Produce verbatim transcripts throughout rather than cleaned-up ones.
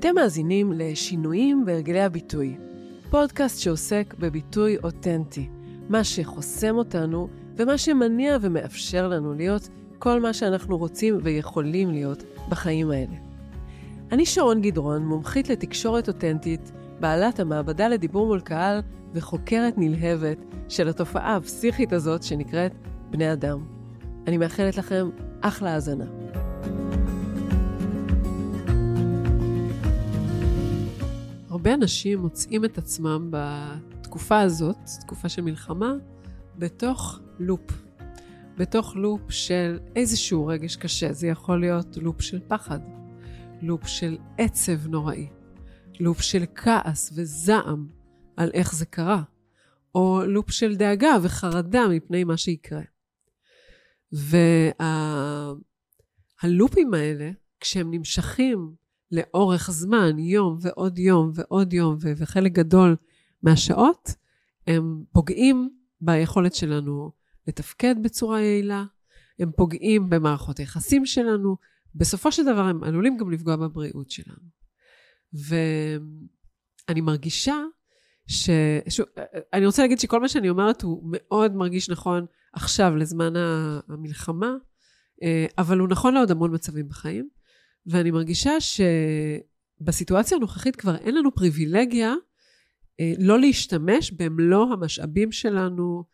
אתם מאזינים לשינויים בהרגלי הביטוי, פודקאסט שעוסק בביטוי אותנטי, מה שחוסם אותנו ומה שמניע ומאפשר לנו להיות כל מה שאנחנו רוצים ויכולים להיות בחיים האלה. אני שרון גדרון, מומחית לתקשורת אותנטית, בעלת המעבדה לדיבור מול קהל וחוקרת נלהבת של התופעה הפסיכית הזאת שנקראת בני אדם. אני מאחלת לכם אחלה האזנה. הרבה אנשים מוצאים את עצמם בתקופה הזאת, תקופה של מלחמה, בתוך לופ. בתוך לופ של איזשהו רגש קשה. זה יכול להיות לופ של פחד, לופ של עצב נוראי, לופ של כעס וזעם על איך זה קרה, או לופ של דאגה וחרדה מפני מה שיקרה. והלופים האלה, כשהם נמשכים לאורך זמן, יום ועוד יום ועוד יום, וחלק גדול מהשעות, הם פוגעים ביכולת שלנו לתפקד בצורה יעילה, הם פוגעים במערכות היחסים שלנו, בסופו של דבר הם עלולים גם לפגוע בבריאות שלנו. ואני מרגישה ש... שוב, אני רוצה להגיד שכל מה שאני אומרת הוא מאוד מרגיש נכון עכשיו לזמן המלחמה, אבל הוא נכון לעוד המון מצבים בחיים, ואני מרגישה שבסיטואציה הנוכחית כבר אין לנו פריבילגיה לא להשתמש במלוא המשאבים שלנו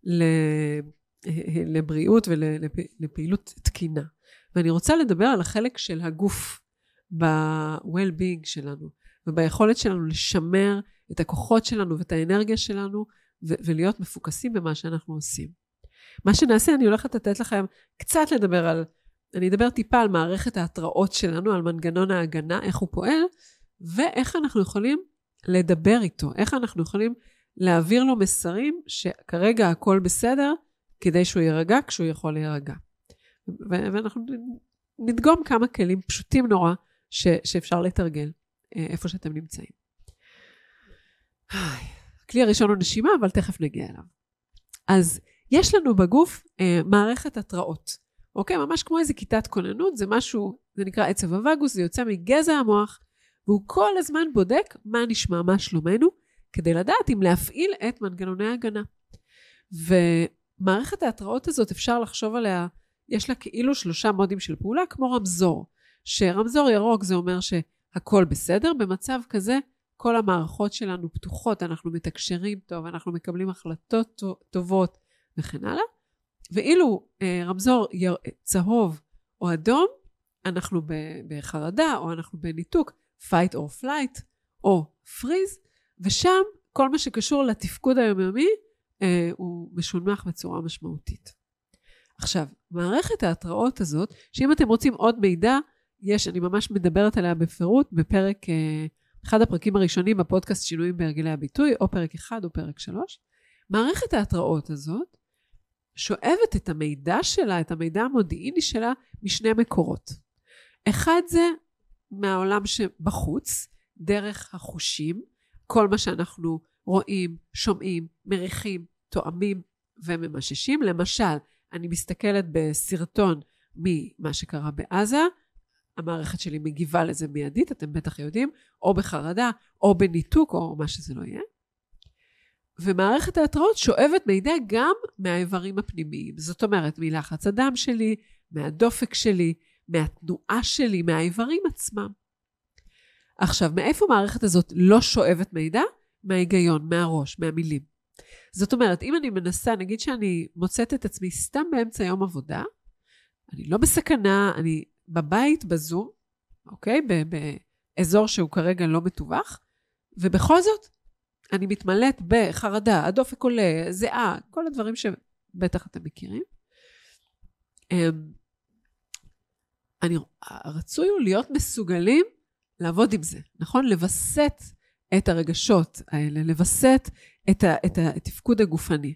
לבריאות ולפעילות תקינה. ואני רוצה לדבר על החלק של הגוף ב-well-being שלנו, וביכולת שלנו לשמר את הכוחות שלנו ואת האנרגיה שלנו, ו- ולהיות מפוקסים במה שאנחנו עושים. מה שנעשה, אני הולכת לתת לכם קצת לדבר על, אני אדבר טיפה על מערכת ההתראות שלנו, על מנגנון ההגנה, איך הוא פועל, ואיך אנחנו יכולים לדבר איתו, איך אנחנו יכולים להעביר לו מסרים שכרגע הכל בסדר, כדי שהוא יירגע כשהוא יכול להירגע. ו- ואנחנו נדגום כמה כלים פשוטים נורא ש- שאפשר לתרגל איפה שאתם נמצאים. הכלי הראשון הוא נשימה, אבל תכף נגיע אליו. אז יש לנו בגוף אה, מערכת התראות. אוקיי? ממש כמו איזו כיתת כוננות, זה משהו, זה נקרא עצב הווגוס, זה יוצא מגזע המוח, והוא כל הזמן בודק מה נשמע, מה שלומנו, כדי לדעת אם להפעיל את מנגנוני ההגנה. ומערכת ההתראות הזאת אפשר לחשוב עליה, יש לה כאילו שלושה מודים של פעולה, כמו רמזור. שרמזור ירוק זה אומר שהכל בסדר, במצב כזה כל המערכות שלנו פתוחות, אנחנו מתקשרים טוב, אנחנו מקבלים החלטות טובות וכן הלאה. ואילו אה, רמזור יר, צהוב או אדום, אנחנו בחרדה או אנחנו בניתוק, fight or flight או freeze, ושם כל מה שקשור לתפקוד היומיומי אה, הוא משונמך בצורה משמעותית. עכשיו, מערכת ההתראות הזאת, שאם אתם רוצים עוד מידע, יש, אני ממש מדברת עליה בפירוט, בפרק, אה, אחד הפרקים הראשונים בפודקאסט שינויים בהרגלי הביטוי, או פרק אחד או פרק שלוש. מערכת ההתראות הזאת, שואבת את המידע שלה, את המידע המודיעיני שלה, משני מקורות. אחד זה מהעולם שבחוץ, דרך החושים, כל מה שאנחנו רואים, שומעים, מריחים, תואמים וממששים. למשל, אני מסתכלת בסרטון ממה שקרה בעזה, המערכת שלי מגיבה לזה מיידית, אתם בטח יודעים, או בחרדה, או בניתוק, או מה שזה לא יהיה. ומערכת ההתראות שואבת מידע גם מהאיברים הפנימיים. זאת אומרת, מלחץ הדם שלי, מהדופק שלי, מהתנועה שלי, מהאיברים עצמם. עכשיו, מאיפה המערכת הזאת לא שואבת מידע? מההיגיון, מהראש, מהמילים. זאת אומרת, אם אני מנסה, נגיד שאני מוצאת את עצמי סתם באמצע יום עבודה, אני לא בסכנה, אני בבית, בזום, אוקיי? באזור שהוא כרגע לא מטווח, ובכל זאת, אני מתמלאת בחרדה, הדופק עולה, זהה, כל הדברים שבטח אתם מכירים. אני, הרצוי הוא להיות מסוגלים לעבוד עם זה, נכון? לבסט את הרגשות האלה, לבסט את, ה, את התפקוד הגופני.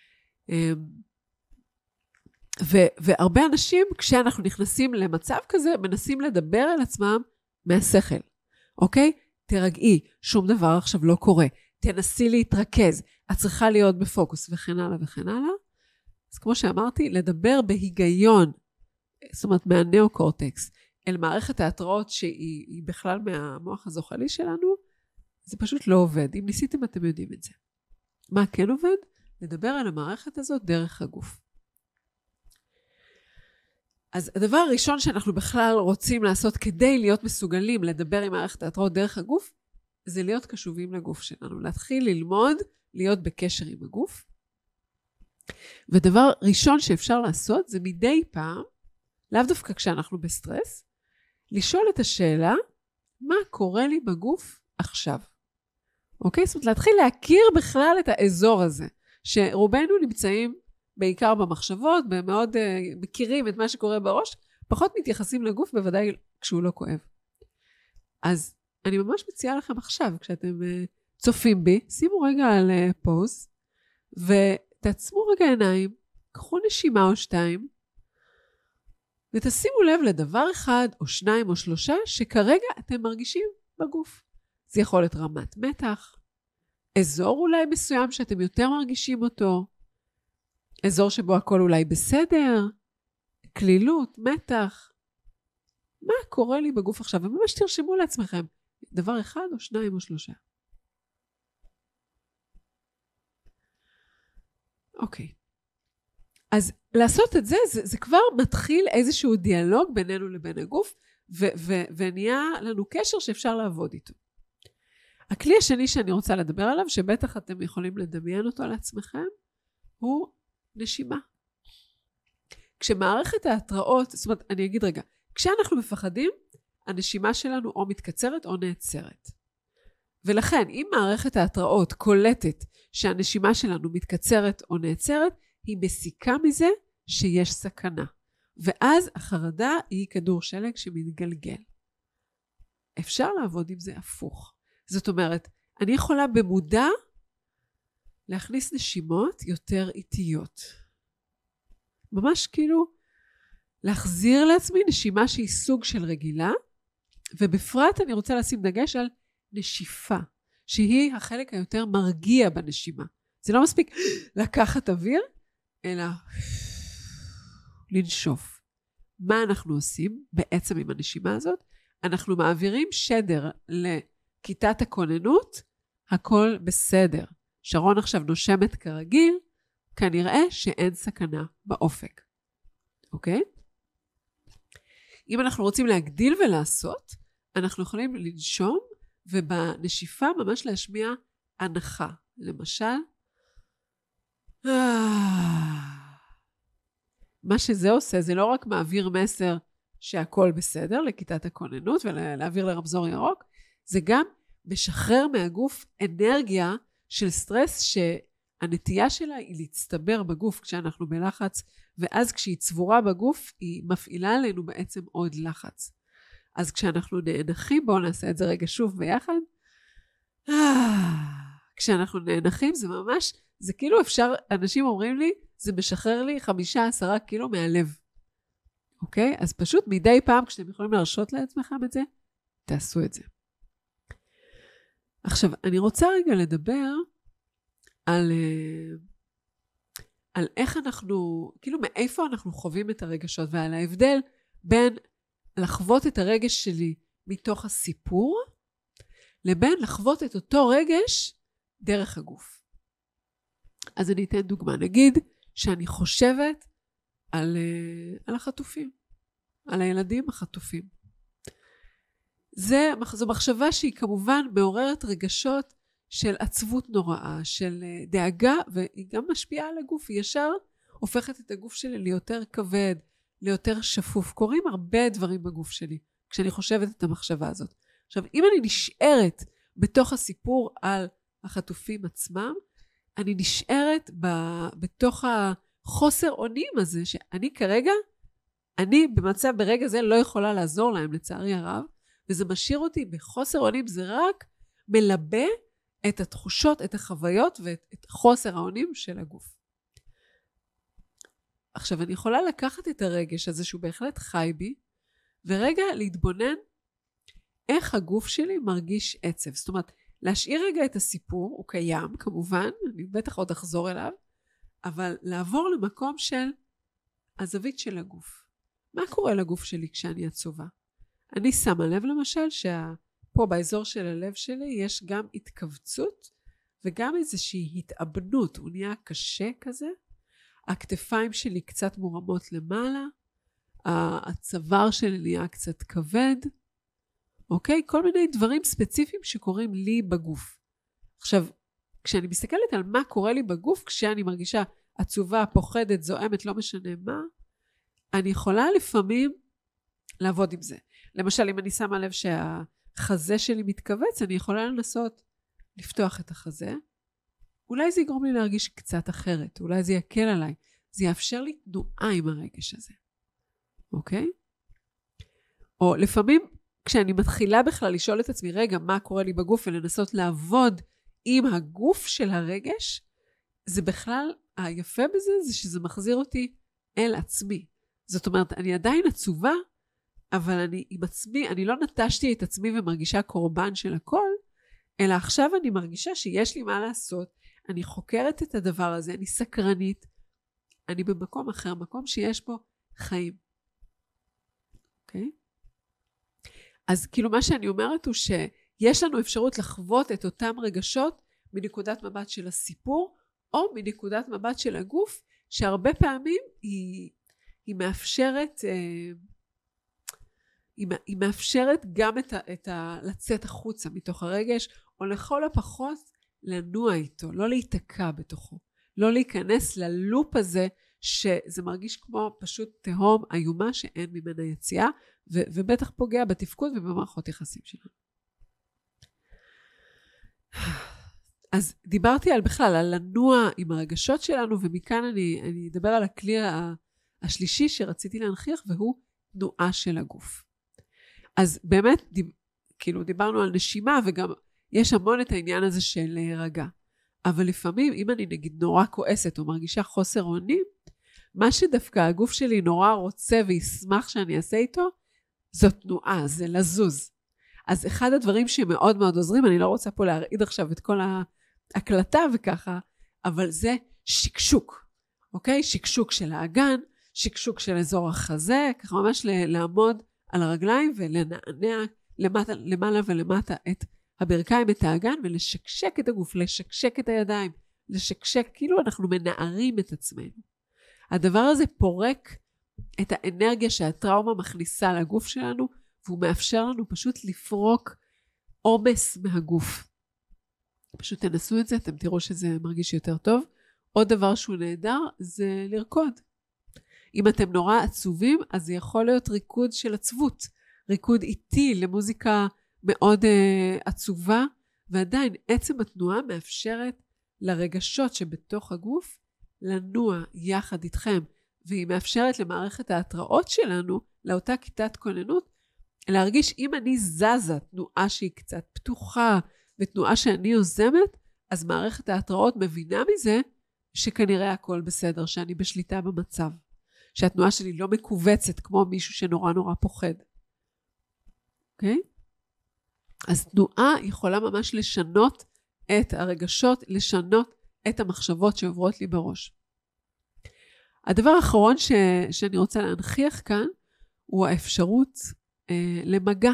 ו, והרבה אנשים, כשאנחנו נכנסים למצב כזה, מנסים לדבר על עצמם מהשכל, אוקיי? תרגעי, שום דבר עכשיו לא קורה. תנסי להתרכז, את צריכה להיות בפוקוס וכן הלאה וכן הלאה. אז כמו שאמרתי, לדבר בהיגיון, זאת אומרת מהנאו-קורטקס, אל מערכת ההתראות שהיא בכלל מהמוח הזוחלי שלנו, זה פשוט לא עובד. אם ניסיתם אתם יודעים את זה. מה כן עובד? לדבר על המערכת הזאת דרך הגוף. אז הדבר הראשון שאנחנו בכלל רוצים לעשות כדי להיות מסוגלים לדבר עם מערכת ההתראות דרך הגוף, זה להיות קשובים לגוף שלנו. להתחיל ללמוד להיות בקשר עם הגוף. ודבר ראשון שאפשר לעשות זה מדי פעם, לאו דווקא כשאנחנו בסטרס, לשאול את השאלה, מה קורה לי בגוף עכשיו? אוקיי? זאת אומרת, להתחיל להכיר בכלל את האזור הזה, שרובנו נמצאים בעיקר במחשבות, ומאוד uh, מכירים את מה שקורה בראש, פחות מתייחסים לגוף, בוודאי כשהוא לא כואב. אז אני ממש מציעה לכם עכשיו, כשאתם uh, צופים בי, שימו רגע על uh, פוז, ותעצמו רגע עיניים, קחו נשימה או שתיים, ותשימו לב לדבר אחד או שניים או שלושה, שכרגע אתם מרגישים בגוף. זה יכול להיות רמת מתח, אזור אולי מסוים שאתם יותר מרגישים אותו, אזור שבו הכל אולי בסדר, כלילות, מתח. מה קורה לי בגוף עכשיו? וממש תרשמו לעצמכם, דבר אחד או שניים או שלושה. אוקיי. אז לעשות את זה, זה, זה כבר מתחיל איזשהו דיאלוג בינינו לבין הגוף, ו- ו- ונהיה לנו קשר שאפשר לעבוד איתו. הכלי השני שאני רוצה לדבר עליו, שבטח אתם יכולים לדמיין אותו על עצמכם, הוא נשימה. כשמערכת ההתראות, זאת אומרת, אני אגיד רגע, כשאנחנו מפחדים, הנשימה שלנו או מתקצרת או נעצרת. ולכן, אם מערכת ההתראות קולטת שהנשימה שלנו מתקצרת או נעצרת, היא מסיקה מזה שיש סכנה. ואז החרדה היא כדור שלג שמתגלגל. אפשר לעבוד עם זה הפוך. זאת אומרת, אני יכולה במודע להכניס נשימות יותר איטיות. ממש כאילו להחזיר לעצמי נשימה שהיא סוג של רגילה, ובפרט אני רוצה לשים דגש על נשיפה, שהיא החלק היותר מרגיע בנשימה. זה לא מספיק לקחת אוויר, אלא לנשוף. מה אנחנו עושים בעצם עם הנשימה הזאת? אנחנו מעבירים שדר לכיתת הכוננות, הכל בסדר. שרון עכשיו נושמת כרגיל, כנראה שאין סכנה באופק. אוקיי? אם אנחנו רוצים להגדיל ולעשות, אנחנו יכולים לנשום, ובנשיפה ממש להשמיע הנחה. למשל, מה שזה עושה, זה לא רק מעביר מסר שהכל בסדר לכיתת הכוננות ולהעביר לרמזור ירוק, זה גם משחרר מהגוף אנרגיה של סטרס שהנטייה שלה היא להצטבר בגוף כשאנחנו בלחץ, ואז כשהיא צבורה בגוף היא מפעילה עלינו בעצם עוד לחץ. אז כשאנחנו נאנחים, בואו נעשה את זה רגע שוב ביחד. כשאנחנו נאנחים זה ממש, זה כאילו אפשר, אנשים אומרים לי, זה משחרר לי חמישה עשרה קילו מהלב. אוקיי? אז פשוט מדי פעם כשאתם יכולים להרשות לעצמכם את זה, תעשו את זה. עכשיו, אני רוצה רגע לדבר על, על איך אנחנו, כאילו מאיפה אנחנו חווים את הרגשות, ועל ההבדל בין לחוות את הרגש שלי מתוך הסיפור, לבין לחוות את אותו רגש דרך הגוף. אז אני אתן דוגמה. נגיד שאני חושבת על, על החטופים, על הילדים החטופים. זה, זו מחשבה שהיא כמובן מעוררת רגשות של עצבות נוראה, של דאגה, והיא גם משפיעה על הגוף. היא ישר הופכת את הגוף שלי ליותר כבד, ליותר שפוף. קורים הרבה דברים בגוף שלי, כשאני חושבת את המחשבה הזאת. עכשיו, אם אני נשארת בתוך הסיפור על החטופים עצמם, אני נשארת ב, בתוך החוסר אונים הזה, שאני כרגע, אני במצב ברגע זה לא יכולה לעזור להם, לצערי הרב, וזה משאיר אותי בחוסר אונים, זה רק מלבה את התחושות, את החוויות ואת את חוסר האונים של הגוף. עכשיו, אני יכולה לקחת את הרגש הזה שהוא בהחלט חי בי, ורגע להתבונן איך הגוף שלי מרגיש עצב. זאת אומרת, להשאיר רגע את הסיפור, הוא קיים כמובן, אני בטח עוד אחזור אליו, אבל לעבור למקום של הזווית של הגוף. מה קורה לגוף שלי כשאני עצובה? אני שמה לב למשל שפה באזור של הלב שלי יש גם התכווצות וגם איזושהי התאבנות, הוא נהיה קשה כזה, הכתפיים שלי קצת מורמות למעלה, הצוואר שלי נהיה קצת כבד, אוקיי? כל מיני דברים ספציפיים שקורים לי בגוף. עכשיו, כשאני מסתכלת על מה קורה לי בגוף, כשאני מרגישה עצובה, פוחדת, זועמת, לא משנה מה, אני יכולה לפעמים לעבוד עם זה. למשל, אם אני שמה לב שהחזה שלי מתכווץ, אני יכולה לנסות לפתוח את החזה. אולי זה יגרום לי להרגיש קצת אחרת, אולי זה יקל עליי, זה יאפשר לי תנועה עם הרגש הזה. אוקיי? או לפעמים, כשאני מתחילה בכלל לשאול את עצמי, רגע, מה קורה לי בגוף, ולנסות לעבוד עם הגוף של הרגש, זה בכלל, היפה בזה, זה שזה מחזיר אותי אל עצמי. זאת אומרת, אני עדיין עצובה, אבל אני עם עצמי, אני לא נטשתי את עצמי ומרגישה קורבן של הכל, אלא עכשיו אני מרגישה שיש לי מה לעשות, אני חוקרת את הדבר הזה, אני סקרנית, אני במקום אחר, מקום שיש בו חיים. אוקיי? אז כאילו מה שאני אומרת הוא שיש לנו אפשרות לחוות את אותם רגשות מנקודת מבט של הסיפור, או מנקודת מבט של הגוף, שהרבה פעמים היא, היא מאפשרת, היא, היא מאפשרת גם את ה, את ה, לצאת החוצה מתוך הרגש, או לכל הפחות לנוע איתו, לא להיתקע בתוכו, לא להיכנס ללופ הזה, שזה מרגיש כמו פשוט תהום איומה שאין ממנה יציאה, ו- ובטח פוגע בתפקוד ובמערכות יחסים שלנו. אז דיברתי על בכלל, על לנוע עם הרגשות שלנו, ומכאן אני, אני אדבר על הכלי השלישי שרציתי להנכיח, והוא תנועה של הגוף. אז באמת, דיב, כאילו דיברנו על נשימה, וגם יש המון את העניין הזה של להירגע. אבל לפעמים, אם אני נגיד נורא כועסת, או מרגישה חוסר אונים, מה שדווקא הגוף שלי נורא רוצה וישמח שאני אעשה איתו, זו תנועה, זה לזוז. אז אחד הדברים שמאוד מאוד עוזרים, אני לא רוצה פה להרעיד עכשיו את כל ההקלטה וככה, אבל זה שקשוק, אוקיי? שקשוק של האגן, שקשוק של אזור החזה, ככה ממש לעמוד על הרגליים ולנענע למטה, למעלה ולמטה את הברכיים, את האגן, ולשקשק את הגוף, לשקשק את הידיים, לשקשק, כאילו אנחנו מנערים את עצמנו. הדבר הזה פורק את האנרגיה שהטראומה מכניסה לגוף שלנו, והוא מאפשר לנו פשוט לפרוק עומס מהגוף. פשוט תנסו את זה, אתם תראו שזה מרגיש יותר טוב. עוד דבר שהוא נהדר זה לרקוד. אם אתם נורא עצובים, אז זה יכול להיות ריקוד של עצבות, ריקוד איטי למוזיקה מאוד uh, עצובה, ועדיין עצם התנועה מאפשרת לרגשות שבתוך הגוף לנוע יחד איתכם, והיא מאפשרת למערכת ההתראות שלנו, לאותה כיתת כוננות, להרגיש אם אני זזה, תנועה שהיא קצת פתוחה, ותנועה שאני יוזמת, אז מערכת ההתראות מבינה מזה, שכנראה הכל בסדר, שאני בשליטה במצב, שהתנועה שלי לא מקובצת, כמו מישהו שנורא נורא פוחד. אוקיי? אז תנועה יכולה ממש לשנות את הרגשות, לשנות את המחשבות שעוברות לי בראש. הדבר האחרון ש, שאני רוצה להנכיח כאן, הוא האפשרות אה, למגע,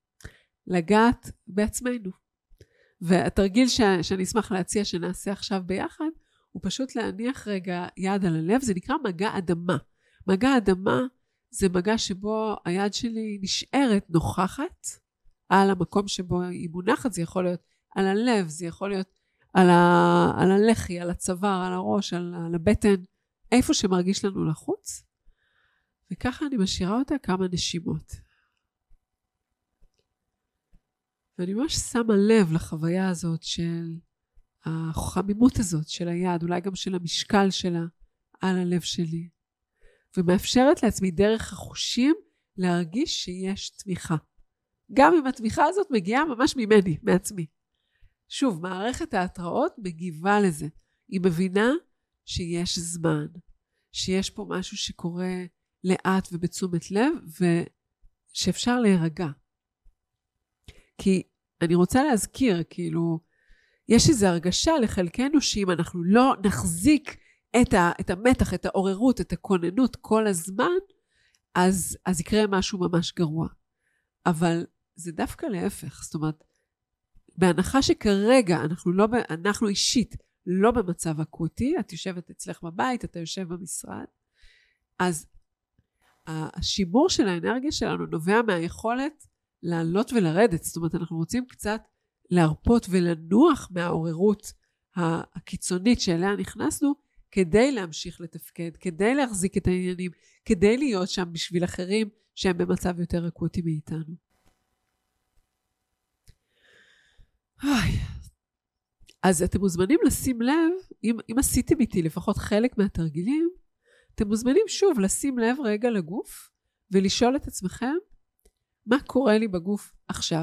לגעת בעצמנו. והתרגיל ש, שאני אשמח להציע שנעשה עכשיו ביחד, הוא פשוט להניח רגע יד על הלב, זה נקרא מגע אדמה. מגע אדמה זה מגע שבו היד שלי נשארת נוכחת, על המקום שבו היא מונחת, זה יכול להיות על הלב, זה יכול להיות על, ה, על הלחי, על הצוואר, על הראש, על, על הבטן, איפה שמרגיש לנו לחוץ, וככה אני משאירה אותה כמה נשימות. ואני ממש שמה לב לחוויה הזאת של החמימות הזאת של היד, אולי גם של המשקל שלה על הלב שלי, ומאפשרת לעצמי דרך החושים להרגיש שיש תמיכה. גם אם התמיכה הזאת מגיעה ממש ממני, מעצמי. שוב, מערכת ההתראות מגיבה לזה. היא מבינה שיש זמן, שיש פה משהו שקורה לאט ובתשומת לב, ושאפשר להירגע. כי אני רוצה להזכיר, כאילו, יש איזו הרגשה לחלקנו שאם אנחנו לא נחזיק את, ה, את המתח, את העוררות, את הכוננות כל הזמן, אז, אז יקרה משהו ממש גרוע. אבל זה דווקא להפך. זאת אומרת, בהנחה שכרגע אנחנו, לא, אנחנו אישית לא במצב אקוטי, את יושבת אצלך בבית, אתה יושב במשרד, אז השימור של האנרגיה שלנו נובע מהיכולת לעלות ולרדת. זאת אומרת, אנחנו רוצים קצת להרפות ולנוח מהעוררות הקיצונית שאליה נכנסנו, כדי להמשיך לתפקד, כדי להחזיק את העניינים, כדי להיות שם בשביל אחרים שהם במצב יותר אקוטי מאיתנו. אז אתם מוזמנים לשים לב, אם, אם עשיתם איתי לפחות חלק מהתרגילים, אתם מוזמנים שוב לשים לב רגע לגוף, ולשאול את עצמכם, מה קורה לי בגוף עכשיו?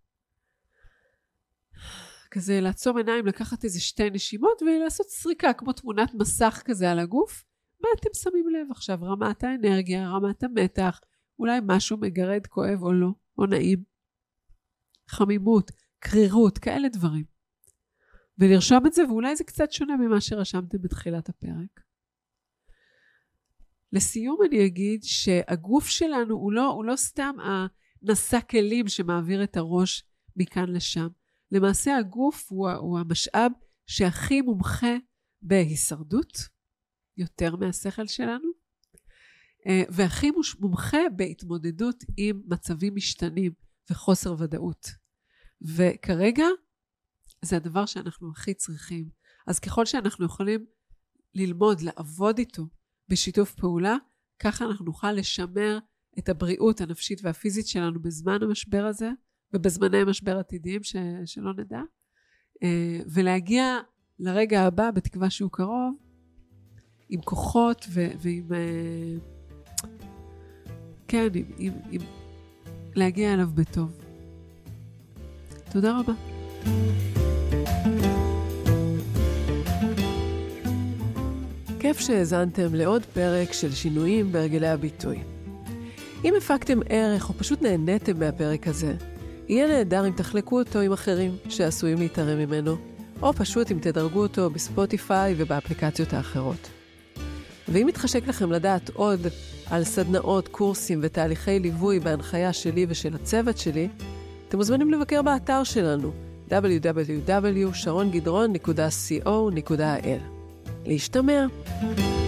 כזה לעצום עיניים, לקחת איזה שתי נשימות, ולעשות סריקה כמו תמונת מסך כזה על הגוף. מה אתם שמים לב עכשיו? רמת האנרגיה, רמת המתח, אולי משהו מגרד, כואב או לא, או נעים. חמימות, קרירות, כאלה דברים. ולרשום את זה, ואולי זה קצת שונה ממה שרשמתם בתחילת הפרק. לסיום אני אגיד שהגוף שלנו הוא לא, הוא לא סתם הנשא כלים שמעביר את הראש מכאן לשם. למעשה הגוף הוא, הוא המשאב שהכי מומחה בהישרדות, יותר מהשכל שלנו, והכי מומחה בהתמודדות עם מצבים משתנים וחוסר ודאות. וכרגע זה הדבר שאנחנו הכי צריכים. אז ככל שאנחנו יכולים ללמוד, לעבוד איתו בשיתוף פעולה, ככה אנחנו נוכל לשמר את הבריאות הנפשית והפיזית שלנו בזמן המשבר הזה, ובזמני משבר עתידיים ש... שלא נדע, ולהגיע לרגע הבא בתקווה שהוא קרוב, עם כוחות ו... ועם... כן, עם... עם... עם... להגיע אליו בטוב. תודה רבה. כיף שהאזנתם לעוד פרק של שינויים בהרגלי הביטוי. אם הפקתם ערך או פשוט נהניתם מהפרק הזה, יהיה נהדר אם תחלקו אותו עם אחרים שעשויים להתערם ממנו, או פשוט אם תדרגו אותו בספוטיפיי ובאפליקציות האחרות. ואם מתחשק לכם לדעת עוד על סדנאות, קורסים ותהליכי ליווי בהנחיה שלי ושל הצוות שלי, אתם מוזמנים לבקר באתר שלנו דאבליו דאבליו דאבליו נקודה שרון גדרון נקודה קו נקודה איי אל. להשתמע.